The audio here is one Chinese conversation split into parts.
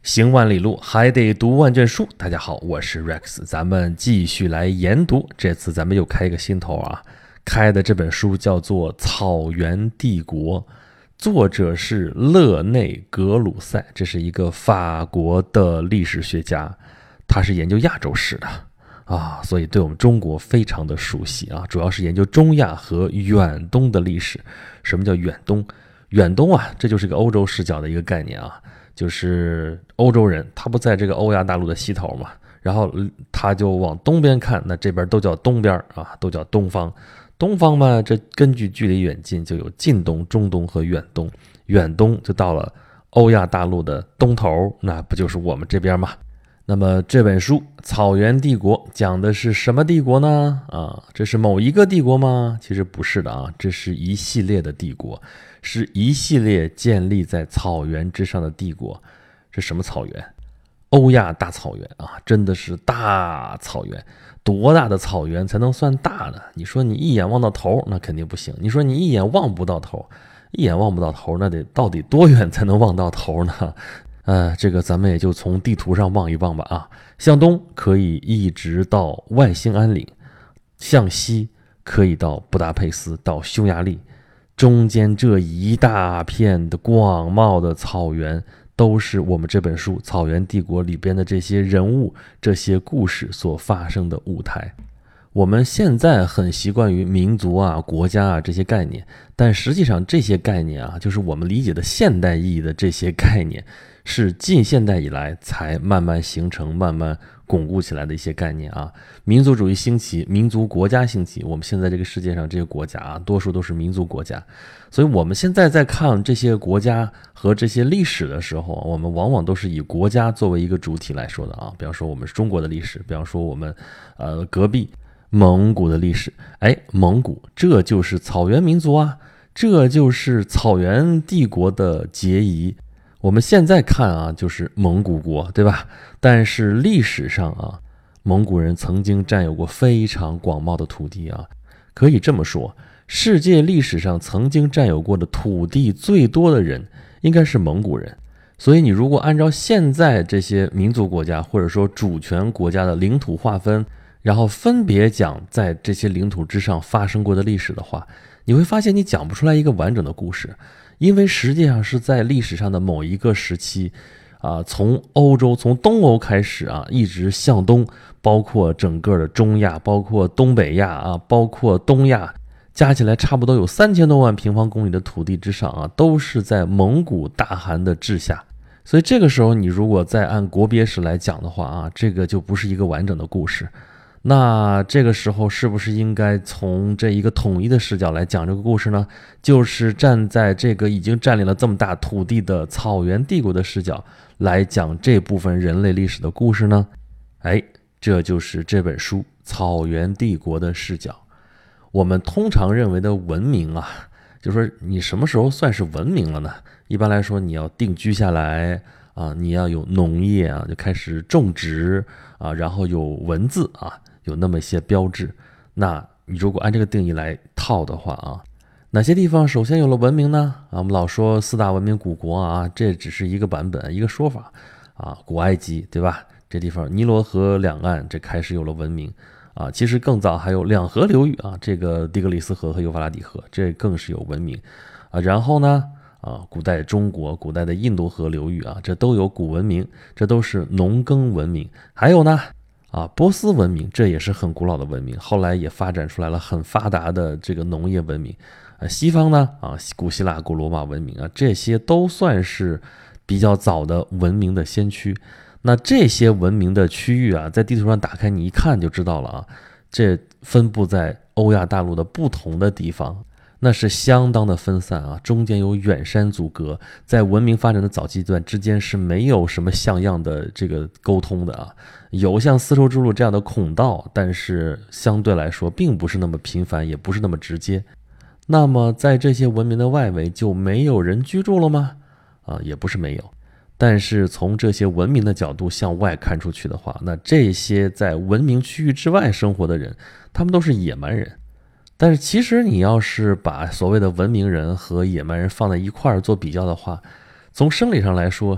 行万里路，还得读万卷书。大家好，我是 Rex， 咱们继续来研读。这次咱们又开一个新头啊，开的这本书叫做《草原帝国》，作者是勒内·格鲁塞，这是一个法国的历史学家，他是研究亚洲史的啊，所以对我们中国非常的熟悉啊，主要是研究中亚和远东的历史。什么叫远东？远东啊，这就是一个欧洲视角的一个概念啊。就是欧洲人，他不在这个欧亚大陆的西头嘛，然后他就往东边看，那这边都叫东边啊，都叫东方。东方嘛，这根据距离远近就有近东、中东和远东。远东就到了欧亚大陆的东头，那不就是我们这边嘛？那么这本书《草原帝国》讲的是什么帝国呢？这是某一个帝国吗？其实不是的啊，这是一系列的帝国，是一系列建立在草原之上的帝国。这什么草原？欧亚大草原啊，真的是大草原。多大的草原才能算大呢？你说你一眼望到头，那肯定不行。你说你一眼望不到头，那得到底多远才能望到头呢？这个咱们也就从地图上望一望吧啊。向东可以一直到外兴安岭，向西可以到布达佩斯，到匈牙利，中间这一大片的广袤的草原，都是我们这本书《草原帝国》里边的这些人物、这些故事所发生的舞台。我们现在很习惯于民族啊、国家啊这些概念，但实际上这些概念啊，就是我们理解的现代意义的这些概念，是近现代以来才慢慢形成、慢慢巩固起来的一些概念啊。民族主义兴起，民族国家兴起，我们现在这个世界上这些国家啊，多数都是民族国家，所以我们现在在看这些国家和这些历史的时候，我们往往都是以国家作为一个主体来说的啊。比方说我们中国的历史，比方说我们隔壁蒙古的历史，蒙古这就是草原民族啊，这就是草原帝国的结遗。我们现在看啊，就是蒙古国，对吧？但是历史上啊，蒙古人曾经占有过非常广袤的土地啊，可以这么说，世界历史上曾经占有过的土地最多的人，应该是蒙古人。所以你如果按照现在这些民族国家或者说主权国家的领土划分，然后分别讲在这些领土之上发生过的历史的话，你会发现你讲不出来一个完整的故事，因为实际上是在历史上的某一个时期从欧洲，从东欧开始啊，一直向东，包括整个的中亚，包括东北亚啊，包括东亚，加起来差不多有3000多万平方公里的土地之上啊，都是在蒙古大汗的治下。所以这个时候你如果再按国别史来讲的话啊，这个就不是一个完整的故事。那这个时候是不是应该从这一个统一的视角来讲这个故事呢？就是站在这个已经占领了这么大土地的草原帝国的视角来讲这部分人类历史的故事呢？这就是这本书《草原帝国》的视角。我们通常认为的文明啊，就是说你什么时候算是文明了呢？一般来说你要定居下来啊，你要有农业啊，就开始种植啊，然后有文字啊，有那么一些标志。那你如果按这个定义来套的话啊，哪些地方首先有了文明呢？我们老说4大文明古国啊，这只是一个版本，一个说法啊。古埃及对吧？这地方尼罗河两岸这开始有了文明啊。其实更早还有两河流域啊，这个底格里斯河和幼发拉底河，这更是有文明啊。然后呢古代中国、古代的印度河流域啊，这都有古文明，这都是农耕文明。还有呢波斯文明，这也是很古老的文明，后来也发展出来了很发达的这个农业文明。西方呢古希腊、古罗马文明啊，这些都算是比较早的文明的先驱。那这些文明的区域啊，在地图上打开你一看就知道了啊，这分布在欧亚大陆的不同的地方，那是相当的分散啊，中间有远山阻隔，在文明发展的早期段之间是没有什么像样的这个沟通的啊。有像丝绸之路这样的孔道，但是相对来说并不是那么频繁，也不是那么直接。那么在这些文明的外围就没有人居住了吗？也不是没有。但是从这些文明的角度向外看出去的话，那这些在文明区域之外生活的人，他们都是野蛮人。但是其实你要是把所谓的文明人和野蛮人放在一块儿做比较的话，从生理上来说，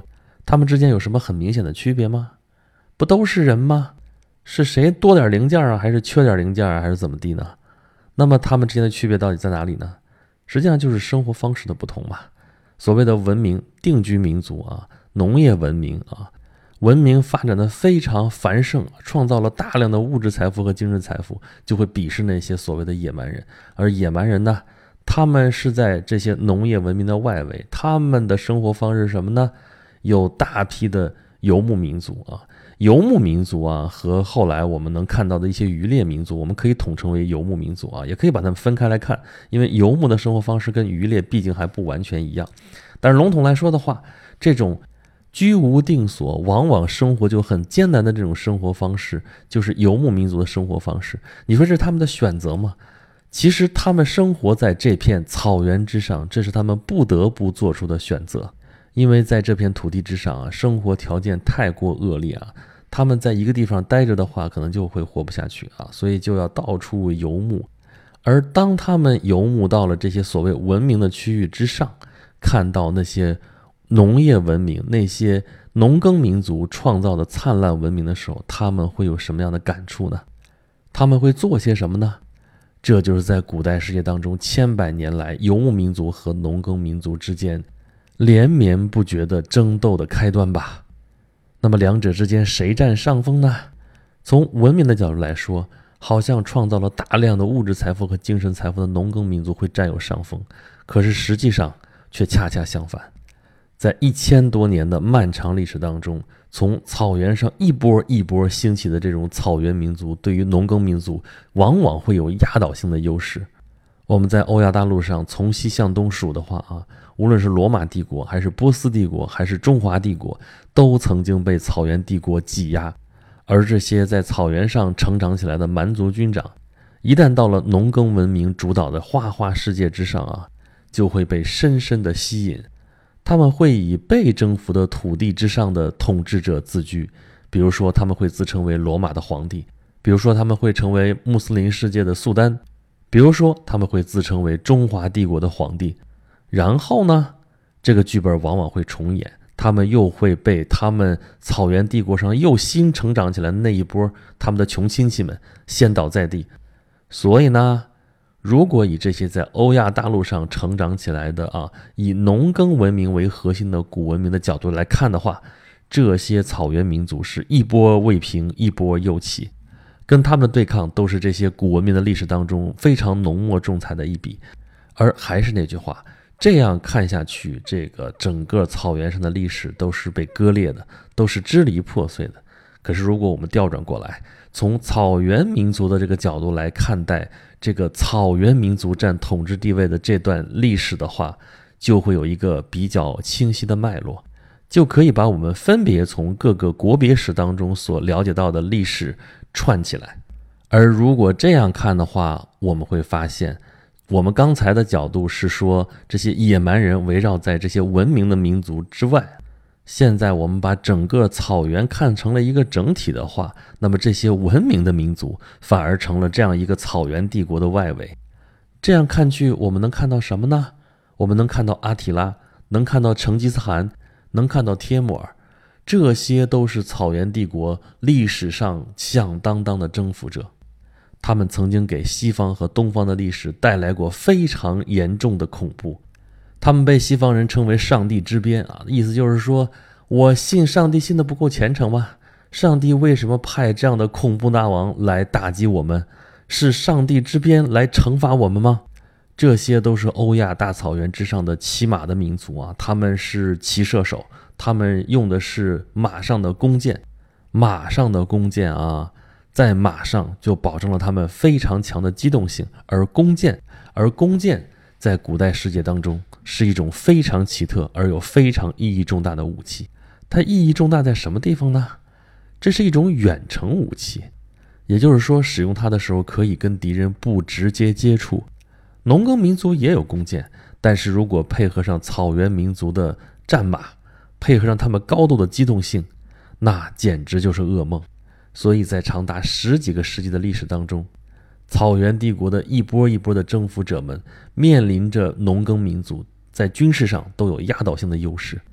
他们之间有什么很明显的区别吗？不都是人吗？是谁多点零件啊，还是缺点零件啊，还是怎么地呢？那么他们之间的区别到底在哪里呢？实际上就是生活方式的不同嘛。所谓的文明定居民族啊，农业文明啊，文明发展的非常繁盛，创造了大量的物质财富和精神财富，就会鄙视那些所谓的野蛮人。而野蛮人呢，他们是在这些农业文明的外围，他们的生活方式是什么呢？有大批的游牧民族啊，游牧民族啊，和后来我们能看到的一些渔猎民族，我们可以统称为游牧民族啊，也可以把它们分开来看，因为游牧的生活方式跟渔猎毕竟还不完全一样。但是笼统来说的话，这种居无定所，往往生活就很艰难的这种生活方式，就是游牧民族的生活方式。你说这是他们的选择吗？其实他们生活在这片草原之上，这是他们不得不做出的选择。因为在这片土地之上啊，生活条件太过恶劣啊，他们在一个地方待着的话，可能就会活不下去啊，所以就要到处游牧。而当他们游牧到了这些所谓文明的区域之上，看到那些农业文明、那些农耕民族创造的灿烂文明的时候，他们会有什么样的感触呢？他们会做些什么呢？这就是在古代世界当中千百年来游牧民族和农耕民族之间连绵不绝的争斗的开端吧。那么两者之间谁占上风呢？从文明的角度来说，好像创造了大量的物质财富和精神财富的农耕民族会占有上风，可是实际上却恰恰相反。在1000多年的漫长历史当中，从草原上一波一波兴起的这种草原民族，对于农耕民族往往会有压倒性的优势。我们在欧亚大陆上从西向东数的话啊，无论是罗马帝国还是波斯帝国还是中华帝国，都曾经被草原帝国挤压。而这些在草原上成长起来的蛮族军长，一旦到了农耕文明主导的花花世界之上啊，就会被深深的吸引。他们会以被征服的土地之上的统治者自居，比如说他们会自称为罗马的皇帝，比如说他们会成为穆斯林世界的苏丹，比如说他们会自称为中华帝国的皇帝。然后呢，这个剧本往往会重演，他们又会被他们草原帝国上又新成长起来的那一波他们的穷亲戚们先倒在地。所以呢，如果以这些在欧亚大陆上成长起来的以农耕文明为核心的古文明的角度来看的话，这些草原民族是一波未平一波又起，跟他们的对抗都是这些古文明的历史当中非常浓墨重彩的一笔。而还是那句话，这样看下去，这个整个草原上的历史都是被割裂的，都是支离破碎的。可是如果我们调转过来，从草原民族的这个角度来看待这个草原民族占统治地位的这段历史的话，就会有一个比较清晰的脉络，就可以把我们分别从各个国别史当中所了解到的历史串起来。而如果这样看的话，我们会发现，我们刚才的角度是说这些野蛮人围绕在这些文明的民族之外，现在我们把整个草原看成了一个整体的话，那么这些文明的民族反而成了这样一个草原帝国的外围。这样看去，我们能看到什么呢？我们能看到阿提拉，能看到成吉思汗，能看到帖木儿，这些都是草原帝国历史上响当当的征服者。他们曾经给西方和东方的历史带来过非常严重的恐怖。他们被西方人称为上帝之鞭意思就是说，我信上帝信得不够虔诚吗？上帝为什么派这样的恐怖大王来打击我们？是上帝之鞭来惩罚我们吗？这些都是欧亚大草原之上的骑马的民族他们是骑射手，他们用的是马上的弓箭，马上的弓箭在马上就保证了他们非常强的机动性，而弓箭在古代世界当中是一种非常奇特而又非常意义重大的武器。它意义重大在什么地方呢？这是一种远程武器，也就是说使用它的时候可以跟敌人不直接接触。农耕民族也有弓箭，但是如果配合上草原民族的战马，配合上他们高度的机动性，那简直就是噩梦。所以在长达10几个世纪的历史当中，草原帝国的一波一波的征服者们面临着农耕民族在军事上都有压倒性的优势。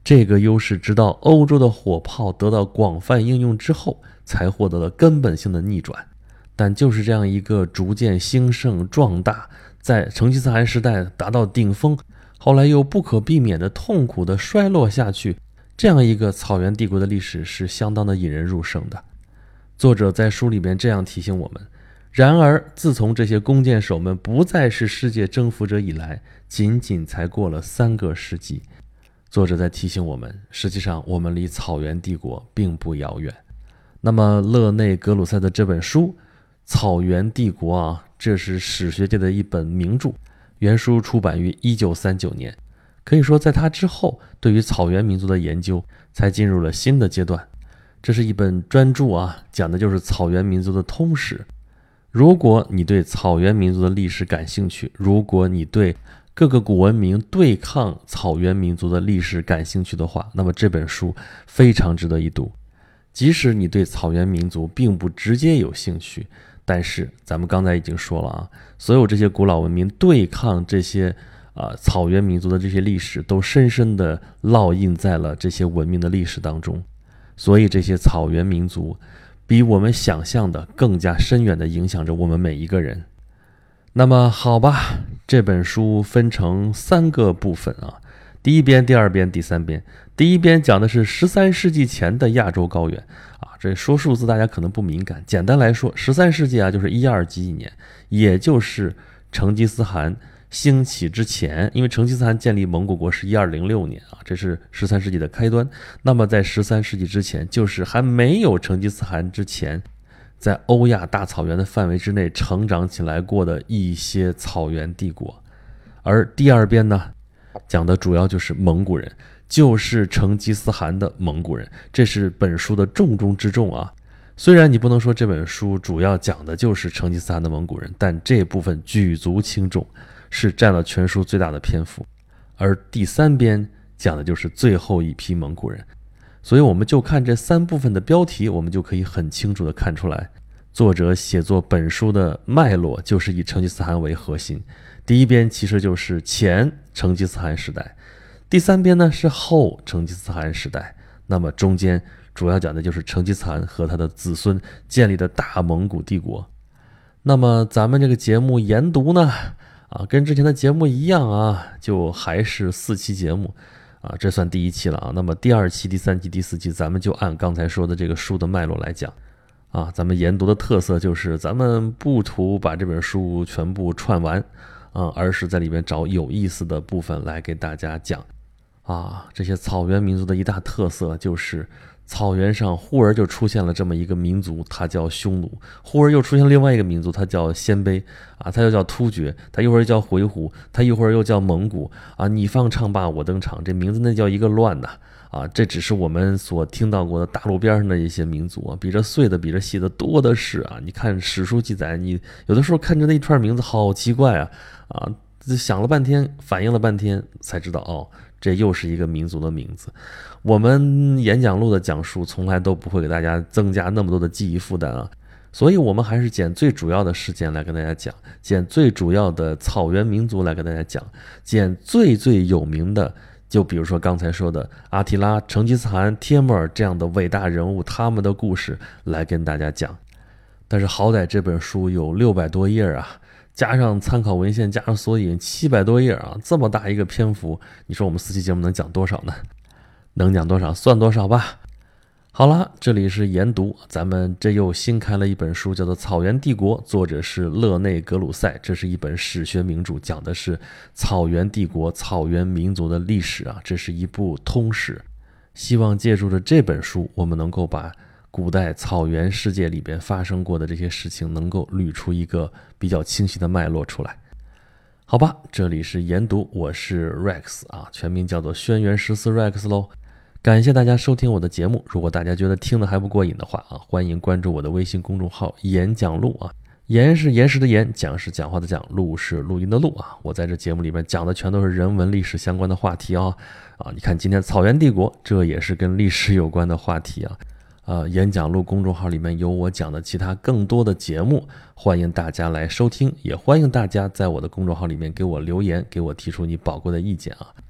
这个优势直到欧洲的火炮得到广泛应用之后，才获得了根本性的逆转。但就是这样一个逐渐兴盛壮大，在成吉思汗时代达到顶峰，后来又不可避免的痛苦的衰落下去，这样一个草原帝国的历史是相当的引人入胜的。作者在书里边这样提醒我们，然而自从这些弓箭手们不再是世界征服者以来，仅仅才过了3个世纪。作者在提醒我们，实际上我们离草原帝国并不遥远。那么勒内·格鲁塞的这本书草原帝国啊，这是史学界的一本名著，原书出版于1939年。可以说在它之后，对于草原民族的研究才进入了新的阶段。这是一本专著啊，讲的就是草原民族的通史。如果你对草原民族的历史感兴趣，如果你对各个古文明对抗草原民族的历史感兴趣的话，那么这本书非常值得一读。即使你对草原民族并不直接有兴趣，但是咱们刚才已经说了啊，所有这些古老文明对抗这些草原民族的这些历史，都深深地烙印在了这些文明的历史当中。所以这些草原民族比我们想象的更加深远地影响着我们每一个人。那么好吧，这本书分成3个部分啊，第一编、第二编、第三编。第一编讲的是13世纪前的亚洲高原啊，这说数字大家可能不敏感，简单来说13世纪啊就是12几年，也就是成吉思汗兴起之前，因为成吉思汗建立蒙古国是1206年啊，这是13世纪的开端。那么在13世纪之前，就是还没有成吉思汗之前，在欧亚大草原的范围之内成长起来过的一些草原帝国。而第二编呢，讲的主要就是蒙古人，就是成吉思汗的蒙古人，这是本书的重中之重啊。虽然你不能说这本书主要讲的就是成吉思汗的蒙古人，但这部分举足轻重，是占了全书最大的篇幅。而第3编讲的就是最后一批蒙古人。所以我们就看这3部分的标题，我们就可以很清楚地看出来，作者写作本书的脉络就是以成吉思汗为核心。第一编其实就是前成吉思汗时代，第3编呢是后成吉思汗时代，那么中间主要讲的就是成吉思汗和他的子孙建立的大蒙古帝国。那么咱们这个节目研读呢跟之前的节目一样啊，就还是4期节目这算第1期了啊。那么第2期、第3期、第4期咱们就按刚才说的这个书的脉络来讲咱们研读的特色就是咱们不图把这本书全部串完而是在里面找有意思的部分来给大家讲这些草原民族的一大特色就是草原上忽而就出现了这么一个民族，它叫匈奴，忽而又出现另外一个民族，它叫鲜卑它又叫突厥，它一会儿叫回鹘，它一会儿又叫蒙古你方唱罢我登场，这名字那叫一个乱呐这只是我们所听到过的大陆边上的一些民族比这碎的比这细的多的是你看史书记载，你有的时候看着那一串名字好奇怪想了半天，反应了半天才知道这又是一个民族的名字。我们演讲录的讲述从来都不会给大家增加那么多的记忆负担所以我们还是捡最主要的事件来跟大家讲，捡最主要的草原民族来跟大家讲，捡最有名的，就比如说刚才说的阿提拉、成吉思汗、帖木儿这样的伟大人物，他们的故事来跟大家讲。但是好歹这本书有600多页加上参考文献，加上索引700多页这么大一个篇幅，你说我们4期节目能讲多少呢？能讲多少算多少吧。好了，这里是研读，咱们这又新开了一本书，叫做《草原帝国》，作者是勒内·格鲁塞，这是一本史学名著，讲的是草原帝国、草原民族的历史这是一部通史。希望借助着这本书，我们能够把古代草原世界里边发生过的这些事情能够捋出一个比较清晰的脉络出来。好吧，这里是研读，我是 Rex 全名叫做轩辕十四 Rex 咯。感谢大家收听我的节目，如果大家觉得听得还不过瘾的话欢迎关注我的微信公众号演讲录言是岩石的岩，讲是讲话的讲，录是录音的录我在这节目里面讲的全都是人文历史相关的话题你看今天草原帝国，这也是跟历史有关的话题演讲录公众号里面有我讲的其他更多的节目，欢迎大家来收听，也欢迎大家在我的公众号里面给我留言，给我提出你宝贵的意见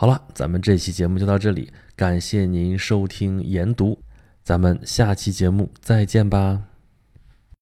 好了，咱们这期节目就到这里，感谢您收听研读，咱们下期节目再见吧。